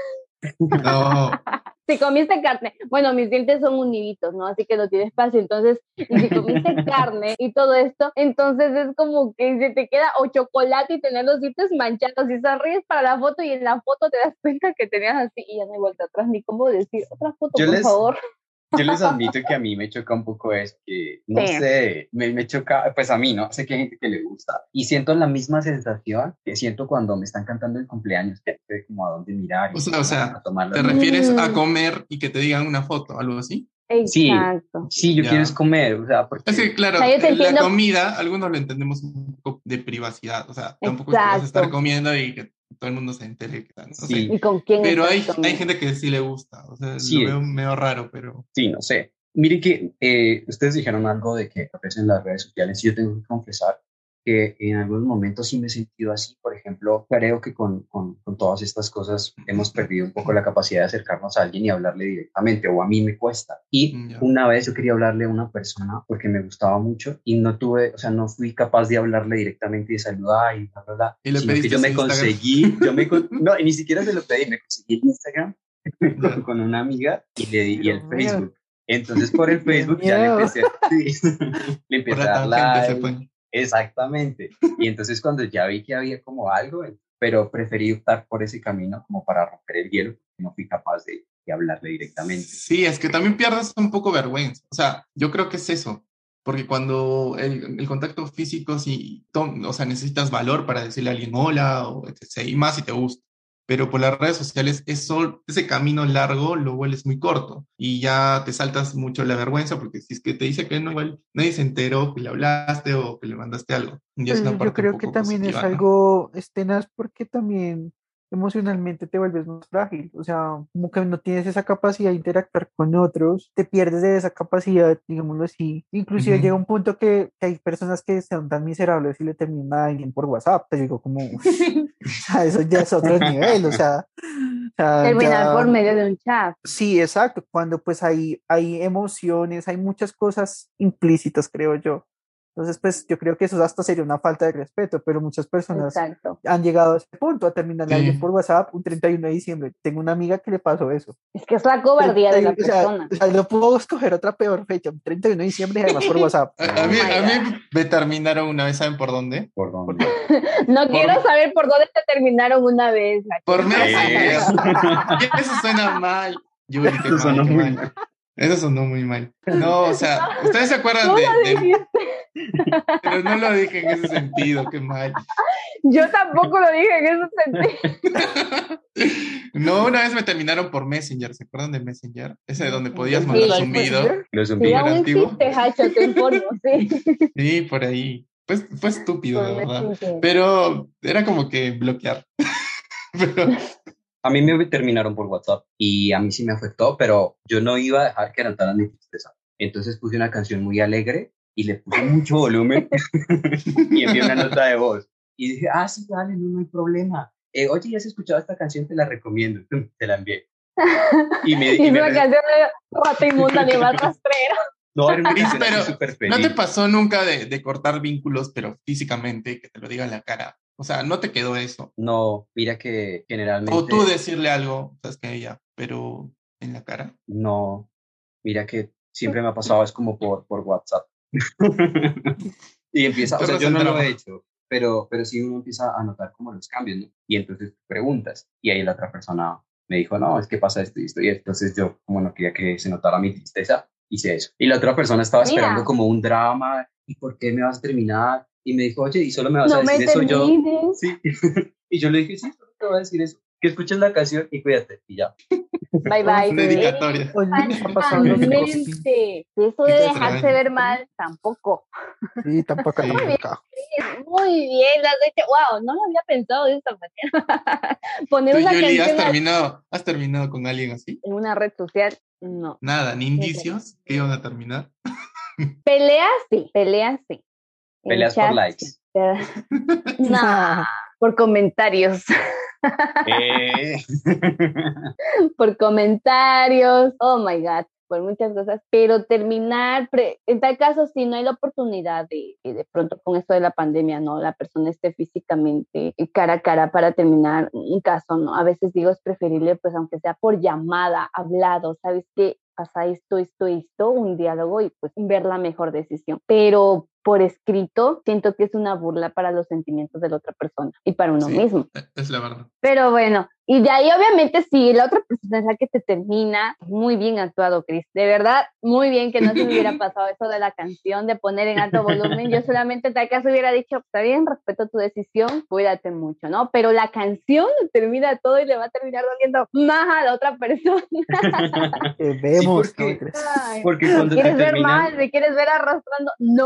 No. Si comiste carne, bueno, mis dientes son uniditos, ¿no? Así que no tienes espacio, entonces, y si comiste carne y todo esto, entonces es como que se te queda o chocolate y tener los dientes manchados y sonríes para la foto y en la foto te das cuenta que tenías así y ya no hay vuelta atrás ni cómo decir, otra foto, Yo por les, favor. yo les admito que a mí me choca un poco eso, que no Sí. sé, me, me choca, pues a mí, ¿no? Sé que hay gente que le gusta. Y siento la misma sensación que siento cuando me están cantando el cumpleaños, que no sé como a dónde mirar O y sea, o a, a sea, tomar las ¿te fotos. refieres a Mm, comer y que te digan una foto, algo así? Sí, exacto. sí, yo quiero es Ya. comer, o sea, Es porque que, claro, O sea, yo te eh, la entiendo, comida, algunos lo entendemos un poco de privacidad. O sea, tampoco es que vas a estar exacto. comiendo y que todo el mundo se entere, que tal, no sé. sí, ¿Y con quién Pero estás hay, hay comiendo? gente que sí le gusta. O sea, lo veo sí, medio raro, pero sí, no sé. Mire que eh, ustedes dijeron algo de que aparecen en las redes sociales y yo tengo que confesar que en algunos momentos sí me he sentido así. Por ejemplo, creo que con, con, con todas estas cosas hemos perdido un poco la capacidad de acercarnos a alguien y hablarle directamente, o a mí me cuesta. Y Ya. una vez yo quería hablarle a una persona porque me gustaba mucho y no tuve, o sea, no fui capaz de hablarle directamente y de saludar y bla, bla, bla, Y le sino que pediste yo su me Instagram. conseguí, yo me, con- no, y ni siquiera se lo pedí, me conseguí el Instagram con, Ya. con una amiga y le di y Dios el mío, Facebook. Entonces por el qué Facebook ya le miedo. empecé, sí, le Por empecé a la dar tangente se like, fue. exactamente. Y entonces cuando ya vi que había como algo, pero preferí optar por ese camino como para romper el hielo, porque no fui capaz de, de hablarle directamente. Sí, es que también pierdes un poco vergüenza. O sea, yo creo que es eso. Porque cuando el, el contacto físico, sí, tom- o sea, necesitas valor para decirle a alguien hola, o etcétera, y más si te gusta. Pero por las redes sociales, eso, ese camino largo lo vuelves muy corto y ya te saltas mucho la vergüenza porque si es que te dice que no, igual nadie se enteró que le hablaste o que le mandaste algo. Y es una Pues yo parte un creo que poco también es positiva, ¿no? algo es tenaz porque también emocionalmente te vuelves más frágil, o sea, como que no tienes esa capacidad de interactuar con otros, te pierdes de esa capacidad, digámoslo así. Inclusive llega Ujú. un punto que, que hay personas que son tan miserables y le terminan a alguien por WhatsApp, te digo como, uff, o sea, eso ya es otro nivel, o sea, o sea, Terminar por ya, medio de un chat. sí, exacto, cuando pues hay, hay emociones, hay muchas cosas implícitas, creo yo. Entonces, pues yo creo que eso hasta sería una falta de respeto, pero muchas personas Exacto. han llegado a ese punto, a terminarle a alguien Sí. por WhatsApp un treinta y uno de diciembre. Tengo una amiga que le pasó eso. Es que es la cobardía de la treinta y uno o sea, persona. o sea, no puedo escoger otra peor fecha, un treinta y uno de diciembre y además por WhatsApp. A, a Oh mí, my a mí God. me terminaron una vez, ¿saben por dónde? ¿Por Por, dónde? No quiero por, saber por dónde te terminaron una vez, por Jacob. Eh, Messenger. Y eso suena mal. Yuri, qué Eso mal, sonó qué muy mal. mal. Eso sonó muy mal. No, o sea, ¿ustedes se Tú acuerdan de, lo de- dijiste. Pero no lo dije en ese sentido, qué mal. Yo tampoco lo dije en ese sentido. No, una vez me terminaron por Messenger, ¿se acuerdan de Messenger? Ese de donde podías ¿El mandar Sí, Messenger zumbido, Messenger? Lo sí, zumbido. súper aún antiguo. existe, Hacho, te informo, sí. Sí, por ahí. Pues fue estúpido, Por la verdad. Messenger. Pero era como que bloquear. Pero, A mí me terminaron por WhatsApp y a mí sí me afectó, pero yo no iba a dejar que anotaran mi tristeza. Entonces puse una canción muy alegre y le puse mucho volumen y envié una nota de voz. Y dije, ah, sí, dale, no, no hay problema. Eh, Oye, ¿ya has escuchado esta canción? Te la recomiendo. Te la envié. Y me, Y y es me una re- canción de rata inmunda, animal rastrero. no, era una Cris, canción así pero súper ¿no te feliz. pasó nunca de, de cortar vínculos, pero físicamente, que te lo diga en la cara? O sea, ¿no te quedó eso? No, mira que O tú generalmente decirle algo, sabes que ella, pero en la cara. no, mira que siempre me ha pasado, es como por, por WhatsApp. Y empieza, o sea, Torres yo el no lo he drama. hecho, pero, pero sí uno empieza a notar como los cambios, ¿no? Y entonces preguntas, y ahí la otra persona me dijo, no, es que pasa esto y esto, y entonces yo, como no quería que se notara mi tristeza, hice eso. Y la otra persona estaba esperando Mira, como un drama, ¿y por qué me vas a terminar? Y me dijo, oye, ¿y solo me vas a no me decir eso yo? termines. Sí. Y yo le dije, sí, solo te voy a decir eso. Que escuches la canción y cuídate, y ya. Bye O bye. usted, Dedicatoria. o les ha pasado los ghosting. Exactamente. Eso Qué de dejarse extraño. ver mal, tampoco. Sí, tampoco, Muy bien, Sí. tampoco. Chris, muy bien. Lo has hecho. Wow, no lo había pensado de esta manera. Poner Tú, una Yuli, ¿has canción así terminado, has terminado con alguien así? en una red social, no. Nada, ni indicios que iban a terminar. Peleas sí, peleas sí. En Peleas por chat likes. sí. Pero- No, por comentarios. Eh. Por comentarios, oh my God, por muchas cosas, pero terminar, pre- en tal caso, si no hay la oportunidad de, de, de pronto con esto de la pandemia, ¿no? La persona esté físicamente cara a cara para terminar un caso, ¿no? A veces digo, es preferible, pues aunque sea por llamada, hablado, ¿sabes qué? Pasa esto, esto, esto, un diálogo y pues ver la mejor decisión. Pero por escrito, siento que es una burla para los sentimientos de la otra persona y para uno Sí, mismo. es la verdad. Pero bueno, y de ahí obviamente si la otra persona es la que te termina, muy bien actuado, Chris. De verdad, muy bien que no se me hubiera pasado eso de la canción, de poner en alto volumen. Yo solamente en tal caso hubiera dicho, está bien, respeto tu decisión, cuídate mucho, ¿no? Pero la canción termina todo y le va a terminar doliendo más a la otra persona. Eh, Sí, vemos, no me porque, crees. Ay, porque me cuando te quieres ver terminan, mal, me quieres ver arrastrando, no lo ajá,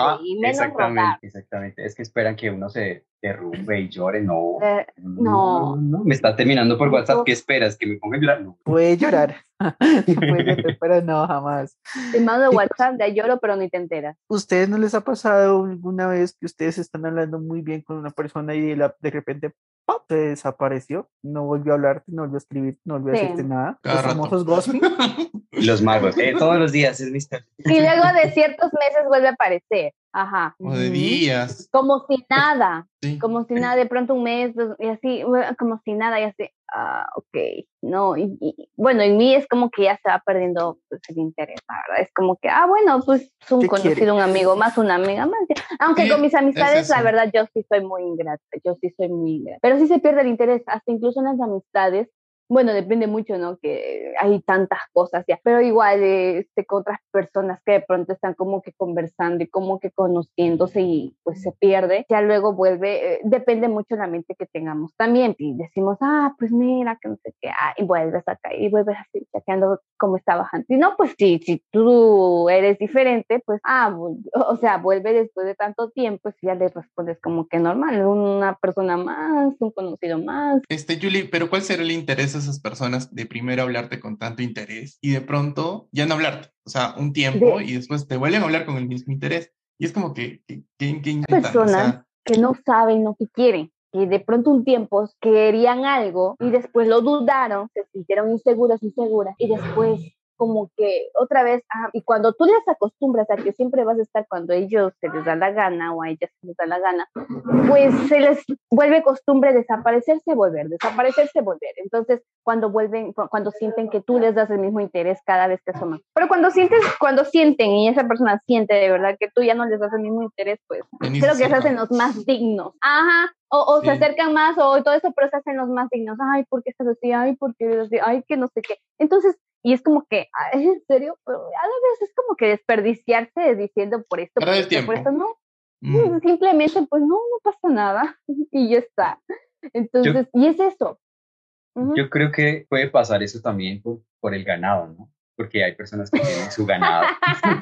Ajá, y menos exactamente, rogar. exactamente. Es que esperan que uno se derrumbe y llore. No, Eh, no, no, no, no. Me está terminando por WhatsApp. eso, ¿Qué esperas? ¿Que me ponga a llorar? No. Puede llorar, puede llorar, pero no, jamás. te mando ¿Qué WhatsApp, ya lloro, pero ni te enteras. ¿Ustedes no les ha pasado alguna vez que ustedes están hablando muy bien con una persona y de, la- de repente ¡pop! Se desapareció? No volvió a hablarte, no volvió a escribir, no volvió a decirte Sí. nada. Cada Los rato. famosos ghosting. Los magos. Eh, todos los días es mister. Y luego de ciertos meses vuelve a aparecer. Ajá. O de Ujú. días. Como si nada. Sí. Como si nada, de pronto un mes, dos- y así, bueno, como si nada, y así, ah, ok, no, y, y- bueno, en mí es como que ya se va perdiendo pues, el interés, la verdad, es como que, ah, bueno, pues es un ¿Qué quiere? conocido, un amigo más, una amiga más, ya. Aunque Sí, con mis es amistades, la eso. verdad, yo sí soy muy ingrata, yo sí soy muy ingrata, pero sí se pierde el interés, hasta incluso en las amistades. Bueno, depende mucho, ¿no? Que hay tantas cosas ya, pero igual eh, este, con otras personas que de pronto están como que conversando y como que conociéndose y pues se pierde, ya luego vuelve, eh, depende mucho de la mente que tengamos también, y decimos, ah, pues mira, que no sé qué, ah, y vuelves a caer, y vuelves así, chateando como estabas antes. Y no, pues sí, si tú eres diferente, pues, ah, o sea, vuelve después de tanto tiempo, y ya le respondes como que normal, una persona más, un conocido más. Este, Julie, pero ¿cuál será el interés de esas personas de primero hablarte con tanto interés y de pronto ya no hablarte? O sea, un tiempo De y después te vuelven a hablar con el mismo interés. Y es como que, que, que, que intentan, o personas sea, que no saben lo que quieren, que de pronto un tiempo querían algo y después lo dudaron, se sintieron inseguros, inseguras, y después como que otra vez, ah, y cuando tú les acostumbras a que siempre vas a estar cuando ellos se les da la gana o a ellas se les da la gana, pues se les vuelve costumbre desaparecerse, volver, desaparecerse, volver. Entonces, cuando vuelven, cu- cuando sienten que tú les das el mismo interés cada vez que asoman. Pero cuando sientes, cuando sienten y esa persona siente de verdad que tú ya no les das el mismo interés, pues ya ni se creo que se hacen acercan. los más dignos. Ajá. O, o se Sí. acercan más o todo eso, pero se hacen los más dignos. Ay, ¿por qué estás así? Ay, ¿por qué eres así? Ay, que no sé qué. Entonces, y es como que, ay, ¿en serio? Pero a la vez es como que desperdiciarse diciendo por esto, por Perder el esto, por esto, tiempo. no. Mm. Simplemente, pues no, no pasa nada y ya está. Yo, Entonces, y es eso. Ujú. yo creo que puede pasar eso también por, por el ganado, ¿no? Porque hay personas que tienen su ganado.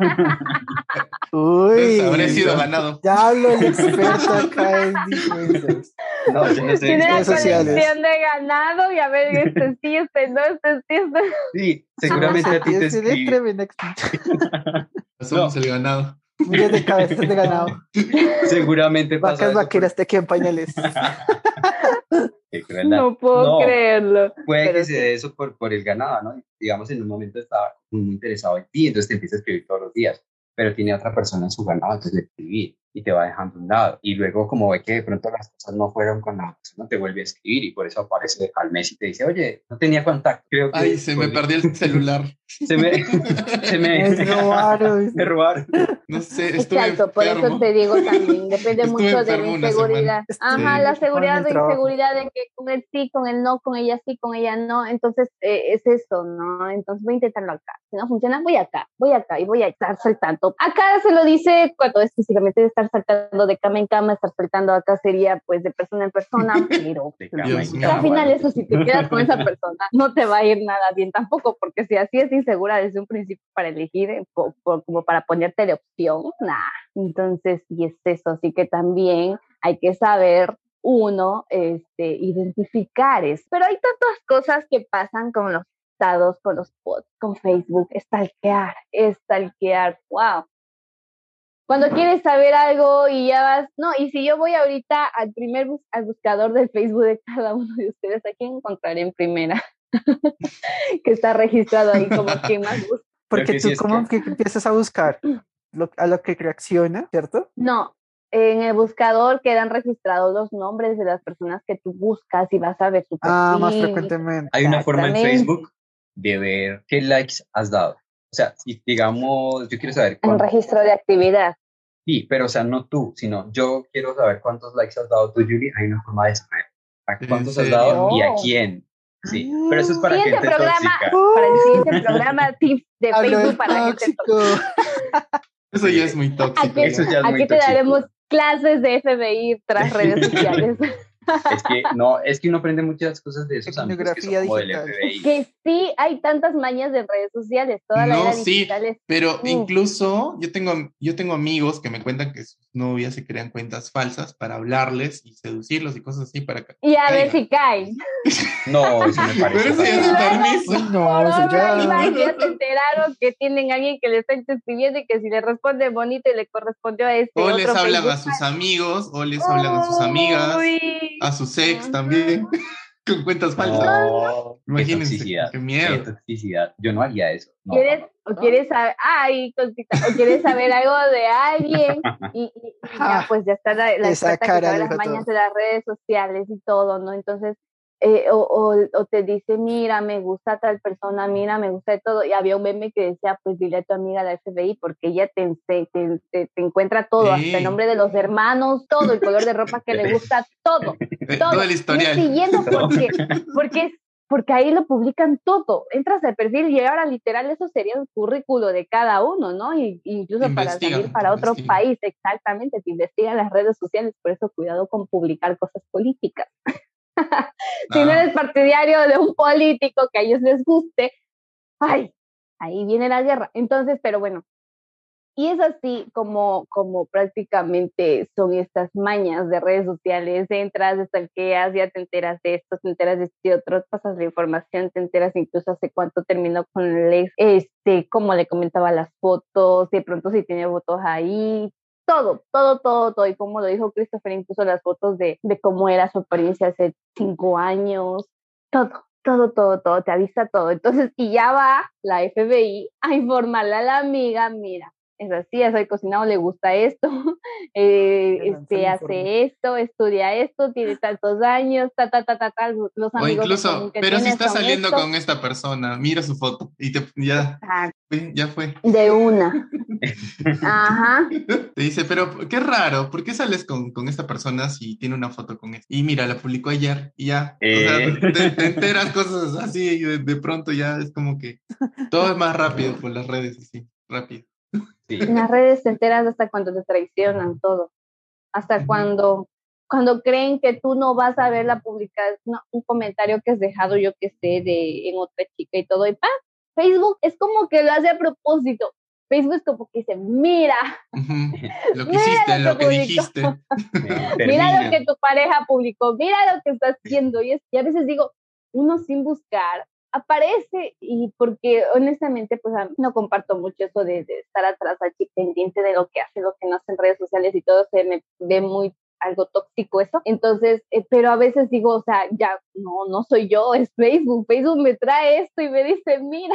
Entonces, habré Uy, sido No, ganado. ya hablo el experto acá en influencers, no, yo no soy Tiene la redes experto en sociales. ganado. colección de ganado y a ver, este sí, este no, este sí, este. Sí, Su seguramente merced a ti te tiene escribí. tremenda experiencia. Somos No, el ganado. Miles de cabezas de ganado, seguramente pasa vacas eso por... vaqueras te quedan pañales. Qué crueldad. No puedo No, creerlo, puede que pero se sí. dé eso por, por el ganado, ¿no? Digamos, en un momento estaba muy interesado en ti, entonces te empieza a escribir todos los días, pero tiene otra persona en su ganado, entonces le escribí y te va dejando a un lado. Y luego, como ve que de pronto las cosas no fueron con la persona, te vuelve a escribir y por eso aparece al mes y te dice, oye, no tenía contacto, creo Ay, que se me volví. perdió el celular. Se me, se me, Me robaron. me robaron. No sé, estuve Exacto, por eso enfermo. te digo también, depende Estuve mucho de la enfermo una semana. inseguridad. Ajá, Estuve la Sí. ocupado en seguridad, el la trabajo. inseguridad de que con él sí, con él no, con ella sí, con ella no. Entonces, eh, es eso, ¿no? Entonces voy a intentarlo acá. Si no funciona, voy acá, voy acá y voy a estar saltando. Acá se lo dice cuando específicamente de estar saltando de cama en cama, estar saltando acá sería pues de persona en persona, pero De pues, cama Dios en mío. al final cama. eso, si te quedas con esa persona, no te va a ir nada bien tampoco, porque si así es insegura desde un principio para elegir, eh, po- po- como para ponerte de opción, nah. Entonces, y es eso, así que también hay que saber uno, este, identificar eso. Pero hay tantas cosas que pasan con los estados, con los posts, con Facebook, stalkear, stalkear, wow. Cuando quieres saber algo y ya vas, no, y si yo voy ahorita al primer bus- al buscador del Facebook de cada uno de ustedes, ¿a quién encontraré en primera? Que está registrado ahí como quien más busca. Lo Porque que sí tú es como que que empiezas a buscar lo- a lo que reacciona, ¿cierto? No, en el buscador quedan registrados los nombres de las personas que tú buscas y vas a ver su Ah, más perfil. frecuentemente. hay una forma en Exactamente. Facebook de ver qué likes has dado. O sea, si digamos, yo quiero saber En cuántos. registro de actividad. Sí, pero o sea, no tú, sino yo quiero saber cuántos likes has dado tú, Julie. Hay una forma de saber a ¿En cuántos has dado y a Oh. quién. Sí, pero eso es para Siguiente gente programa, tóxica. para el Uh, siguiente programa, tips de hablo Facebook del para gente tóxica. tóxico. Eso ya es muy tóxico. Aquí, Eso ya es muy aquí te tóxico. daremos clases de F B I tras redes sociales. Es que no, es que uno aprende muchas cosas de esos amigos que son Tecnografía como del digital. F B I. Que sí hay tantas mañas de redes sociales, toda la No, era sí, digital es... pero Uf, incluso yo tengo, yo tengo amigos que me cuentan que sus novias se crean cuentas falsas para hablarles y seducirlos y cosas así para que y a ver caigan. si caen. No, eso me Pero parece eso ya Y es fatal. enfermizo. luego, Uy, no, por eso obra y ya. magia, se enteraron que tienen alguien que le está escribiendo y que si le responde bonito y le correspondió a O este les otro hablan Facebook. a sus amigos, o les hablan a sus amigas, Uy. a sus ex también, Ujú. con cuentas falsas. No, qué Imagínense, toxicidad, qué qué miedo. toxicidad. Yo no haría eso. No, no, ¿Quieres, no. o quieres saber, ay, cosita, o quieres saber algo de alguien y, y- y ya Ja, pues ya está la, la esa experta que cara sabe lo las dijo mañas todo. de las redes sociales y todo, ¿no? Entonces, eh, o, o, o te dice, mira, me gusta tal persona, mira, me gusta de todo, y había un meme que decía, pues dile a tu amiga la F B I porque ella te, te, te, te- te encuentra todo, hasta el Sí, nombre de los hermanos, todo, el color de ropa que le gusta, todo, eh, todo todo. el Y es historial. siguiendo No. porque, porque es porque ahí lo publican todo. Entras al perfil y ahora literal eso sería un currículo de cada uno, ¿no? Y, Te incluso para salir investigan, te para otro investigan. país, exactamente, te investigan las redes sociales, por eso cuidado con publicar cosas políticas. Si no Ah, eres partidario de un político que a ellos les guste, ay, ahí viene la guerra. Entonces, pero bueno, y es así como, como prácticamente son estas mañas de redes sociales, entras, stalkeas, ya te enteras de esto, te enteras de este otro, pasas la información, te enteras incluso hace cuánto terminó con el ex, este, cómo le comentaba las fotos, de pronto si tiene fotos ahí, todo, todo, todo, todo, y como lo dijo Christopher, incluso las fotos de, de cómo era su apariencia hace cinco años, todo. Todo, todo, todo, te avisa todo. Entonces, y ya va la F B I a informarle a la amiga, mira, es así, es el cocinado, le gusta esto, eh, Me lanza el este, informe. hace esto, estudia esto, tiene tantos años, ta, ta, ta, ta, ta, los o amigos en común incluso, que pero si tiene estás son saliendo esto. con esta persona, mira su foto y te, ya, Exacto, ya fue. de una. Ajá. Te dice, pero qué raro, ¿por qué sales con, con esta persona si tiene una foto con él? Y mira, la publicó ayer y ya. O sea, Eh, te, te enteras cosas así y de, de pronto ya es como que todo es más rápido por las redes, así, rápido. En sí, las redes te enteras hasta cuando te traicionan todo, hasta Ujú. cuando, cuando creen que tú no vas a ver la publicación, un comentario que has dejado, yo que sé, de, en otra chica y todo, y pa, Facebook es como que lo hace a propósito. Facebook es como que dice, mira, Ujú. Lo que hiciste, mira lo que lo que publicó, dijiste. eh, mira lo que termina. tu pareja publicó, mira lo que está haciendo. Y, es, y a veces digo, uno sin buscar, aparece y porque honestamente pues no comparto mucho eso de, de estar atrás aquí pendiente de lo que hace, lo que no hace en redes sociales y todo, se me ve muy algo tóxico eso, entonces, eh, pero a veces digo, o sea, ya, no, no soy yo, es Facebook, Facebook me trae esto y me dice, mira,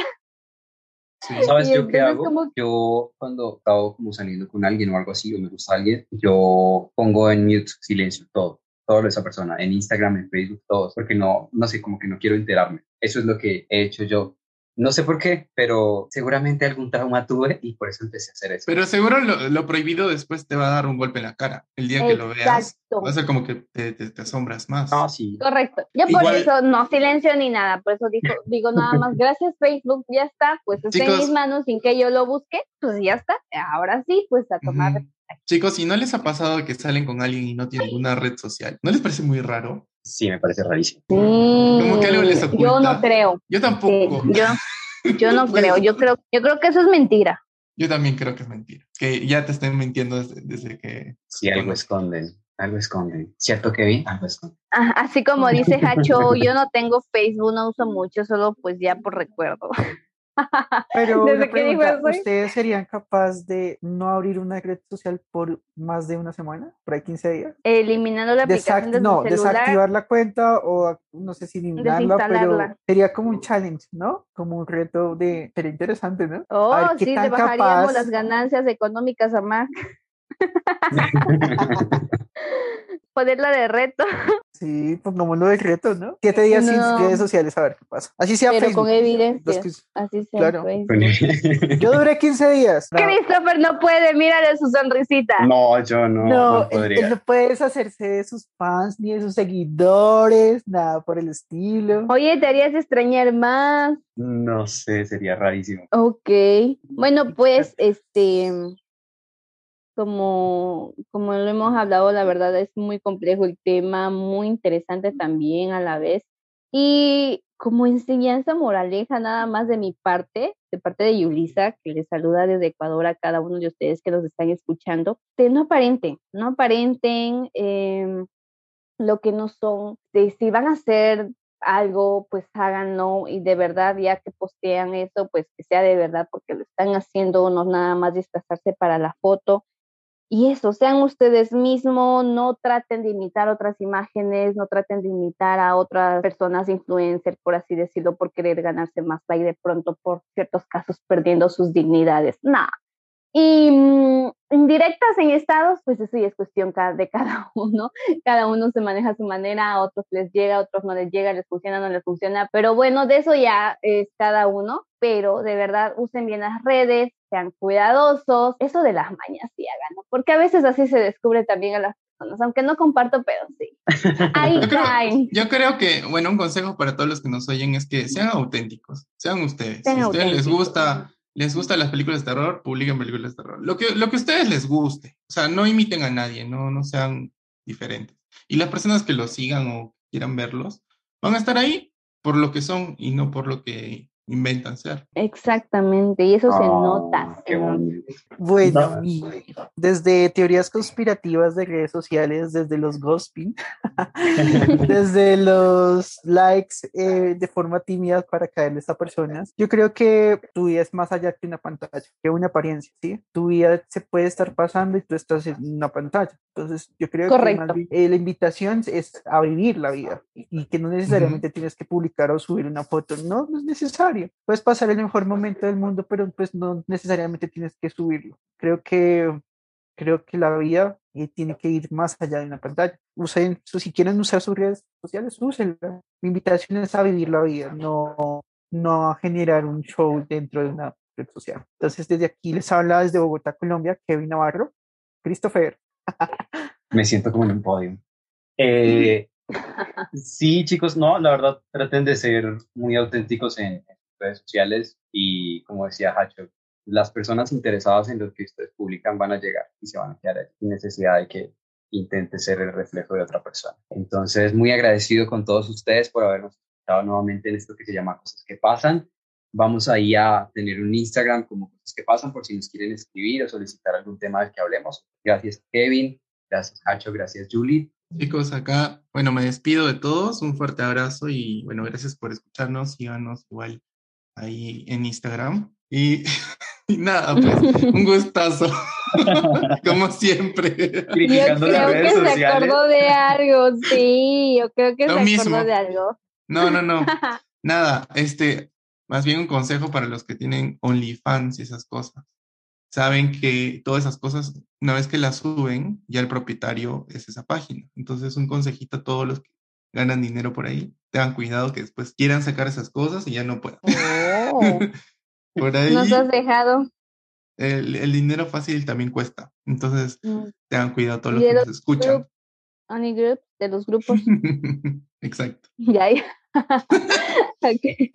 Sí. ¿Sabes y yo qué entonces hago? como, Yo cuando estaba como saliendo con alguien o algo así, o me gusta alguien, yo pongo en mute, silencio, todo, todo de esa persona, en Instagram, en Facebook, todos, porque no, no sé, como que no quiero enterarme. Eso es lo que he hecho yo. No sé por qué, pero seguramente algún trauma tuve y por eso empecé a hacer eso. Pero seguro lo, lo prohibido después te va a dar un golpe en la cara. El día que lo veas, va a exacto, ser como que te, te, te asombras Ah, más. sí. correcto. Yo por Igual, eso no silencio ni nada, por eso digo, digo nada más, gracias Facebook, ya está, pues está en mis chicos, manos sin que yo lo busque, pues ya está. Ahora sí, pues a tomar. ujú. Chicos, si no les ha pasado que salen con alguien y no tienen ninguna red social, ¿no les parece muy raro? Sí, me parece rarísimo. Como que algo Sí, les yo no oculta. creo. Yo Sí, tampoco. yo, yo no creo. Pues Yo creo, yo creo que eso es mentira. yo también creo que es mentira. Que ya te estén mintiendo desde, desde que Sí, se algo conocen. esconden, algo esconden. ¿Cierto, Kevin? Algo esconden. Ah, así como dice Hacho, yo no tengo Facebook, no uso mucho, solo pues ya por recuerdo. Pero una Desde que dijo pregunta, eso, ¿ustedes serían capaces de no abrir una red social por más de una semana? ¿Por ahí quince días? eliminando la aplicación Desacti- desde el no, celular, desactivar la cuenta o ac- no sé si eliminarla, pero desinstalarla. sería como un challenge, ¿no? Como un reto de... Sería interesante, ¿no? A Oh, ver qué sí, le tan bajaríamos las capaz... ganancias económicas a más. Ponerla de reto, Sí, pongámoslo de reto, ¿no? Siete días sin redes no, sociales, a ver qué pasa. Así sea pero con Facebook. Los evidencia, que... así sea en Claro. Facebook. Yo duré quince días. No, Christopher no puede, mírale su sonrisita. No, yo no, no, no él, él podría. no puede deshacerse de sus fans ni de sus seguidores, nada por el estilo. Oye, te harías extrañar más. No sé, sería rarísimo. Ok. Bueno, pues, este, Como, como lo hemos hablado, la verdad es muy complejo el tema, muy interesante también a la vez. Y como enseñanza moraleja, nada más de mi parte, de parte de Yulisa, que les saluda desde Ecuador a cada uno de ustedes que los están escuchando, de no aparenten, no aparenten eh, lo que no son. De, si van a hacer algo, pues háganlo y de verdad, ya que postean eso, pues que sea de verdad porque lo están haciendo, no nada más disfrazarse para la foto. Y eso, sean ustedes mismos, no traten de imitar otras imágenes, no traten de imitar a otras personas influencers, por así decirlo, por querer ganarse más y de pronto por ciertos casos perdiendo sus dignidades. No, y mm, indirectas en estados, pues eso ya es cuestión ca- de cada uno. Cada uno se maneja a su manera, a otros les llega, a otros no les llega, les funciona, no les funciona. Pero bueno, de eso ya es cada uno. Pero de verdad, usen bien las redes, sean cuidadosos. Eso de las mañas sí hagan, ¿no? Porque a veces así se descubre también a las personas, aunque no comparto, pero sí. Ahí Yo creo, caen, yo creo que, bueno, un consejo para todos los que nos oyen es que sean auténticos, sean ustedes. sean Si a ustedes les auténticos. gusta, les gustan las películas de terror, publiquen películas de terror. Lo que, lo que a ustedes les guste. O sea, no imiten a nadie, no, no sean diferentes. Y las personas que los sigan o quieran verlos van a estar ahí por lo que son y no por lo que inventan ser. Exactamente, y eso se nota. Ah, qué bonito. Bueno, No, y desde teorías conspirativas de redes sociales, desde los ghosting, desde los likes eh, de forma tímida para caerle a esta persona, yo creo que tu vida es más allá que una pantalla, que una apariencia, ¿sí? Tu vida se puede estar pasando y tú estás en una pantalla. Entonces, yo creo que más Correcto. bien eh, la invitación es a vivir la vida y que no Ujú. necesariamente tienes que publicar o subir una foto, no, no es necesario. Puedes pasar el mejor momento del mundo, pero pues no necesariamente tienes que subirlo. Creo que Creo que la vida eh, tiene que ir más allá de una pantalla. Usen, su- si quieren usar sus redes sociales, úsenla. Mi invitación es a vivir la vida, no, no a generar un show dentro de una red social. Entonces, desde aquí les habla desde Bogotá, Colombia, Kevin Navarro, Christopher. me siento como en un podio. Eh, sí, chicos, no, la verdad, traten de ser muy auténticos en, en redes sociales y, como decía Hacho, las personas interesadas en lo que ustedes publican van a llegar y se van a quedar ahí, sin necesidad de que intente ser el reflejo de otra persona. Entonces, muy agradecido con todos ustedes por habernos escuchado nuevamente en esto que se llama Cosas que Pasan. Vamos ahí a tener un Instagram como Cosas que Pasan por si nos quieren escribir o solicitar algún tema del que hablemos. Gracias, Kevin. Gracias, Hacho. Gracias, Julie. Chicos, acá, bueno, me despido de todos, un fuerte abrazo y bueno, gracias por escucharnos, síganos igual ahí en Instagram. Y, y nada, pues, un gustazo, como siempre. Yo Criticando las creo redes que se sociales. acordó de algo, sí, yo creo que Lo se acordó de mismo. algo. No, no, no. Nada, este, más bien un consejo para los que tienen OnlyFans y esas cosas. Saben que todas esas cosas, una vez que las suben, ya el propietario es esa página. Entonces, un consejito a todos los que ganan dinero por ahí, tengan cuidado que después quieran sacar esas cosas y ya no puedan. Oh, Por nos has ahí, dejado. el, el dinero fácil también cuesta. Entonces, Mm, tengan cuidado todos y los de que los nos escuchan. grupos, Only Group, de los grupos, Exacto. ya, ya. Okay.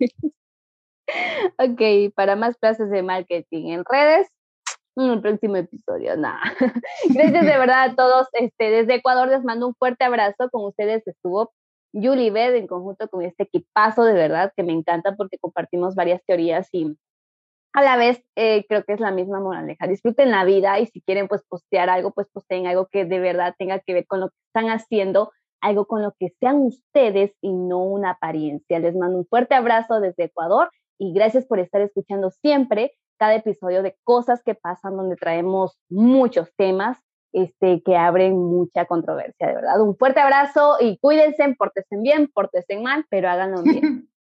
Ok, para más clases de marketing en redes, en el próximo episodio, nada. Gracias de verdad a todos. Este, desde Ecuador les mando un fuerte abrazo. Con ustedes estuvo Julie Bed en conjunto con este equipazo de verdad que me encanta porque compartimos varias teorías y a la vez eh, creo que es la misma moraleja. Disfruten la vida y si quieren pues postear algo, pues posteen algo que de verdad tenga que ver con lo que están haciendo, algo con lo que sean ustedes y no una apariencia. Les mando un fuerte abrazo desde Ecuador y gracias por estar escuchando siempre cada episodio de Cosas que Pasan, donde traemos muchos temas este, que abren mucha controversia, de verdad. Un fuerte abrazo y cuídense, pórtense bien, pórtense mal, pero háganlo bien.